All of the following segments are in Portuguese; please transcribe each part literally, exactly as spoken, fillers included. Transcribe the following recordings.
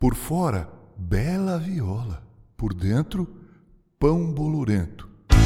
Por fora, bela viola, por dentro, pão bolorento.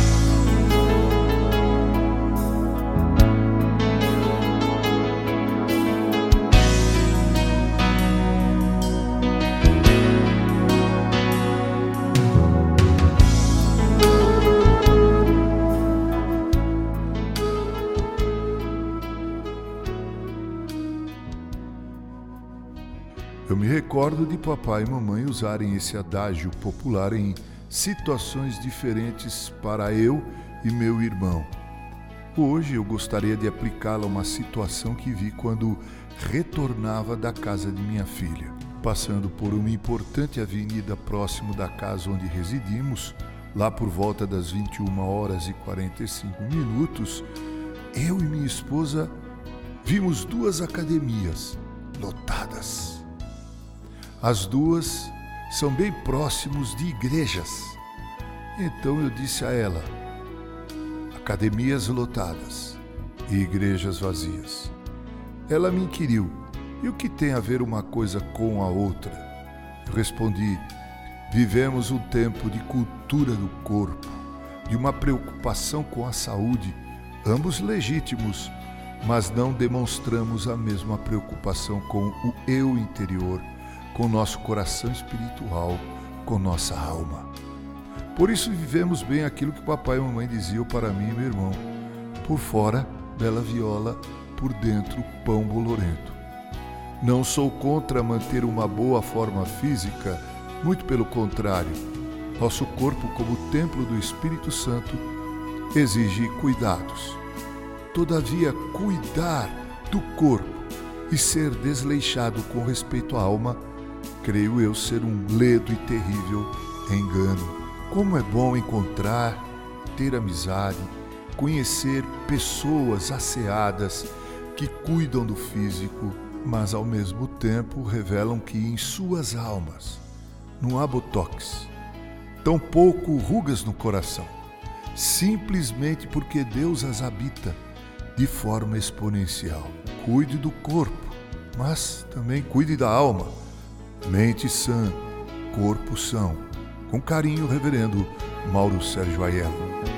Eu me recordo de papai e mamãe usarem esse adágio popular em situações diferentes para eu e meu irmão. Hoje eu gostaria de aplicá-la a uma situação que vi quando retornava da casa de minha filha. Passando por uma importante avenida próximo da casa onde residimos, lá por volta das vinte e uma horas e quarenta e cinco minutos, eu e minha esposa vimos duas academias lotadas. As duas são bem próximos de igrejas. Então eu disse a ela: academias lotadas e igrejas vazias. Ela me inquiriu: e o que tem a ver uma coisa com a outra? Eu respondi: vivemos um tempo de cultura do corpo, de uma preocupação com a saúde, ambos legítimos, mas não demonstramos a mesma preocupação com o eu interior, com nosso coração espiritual, com nossa alma. Por isso vivemos bem aquilo que papai e mamãe diziam para mim e meu irmão: por fora, bela viola, por dentro, pão bolorento. Não sou contra manter uma boa forma física, muito pelo contrário. Nosso corpo, como templo do Espírito Santo, exige cuidados. Todavia, cuidar do corpo e ser desleixado com respeito à alma, creio eu ser um ledo e terrível engano. Como é bom encontrar, ter amizade, conhecer pessoas asseadas que cuidam do físico, mas ao mesmo tempo revelam que em suas almas não há botox, tampouco rugas no coração, simplesmente porque Deus as habita de forma exponencial. Cuide do corpo, mas também cuide da alma. Mente sã, corpo são. Com carinho, reverendo Mauro Sérgio Aiello.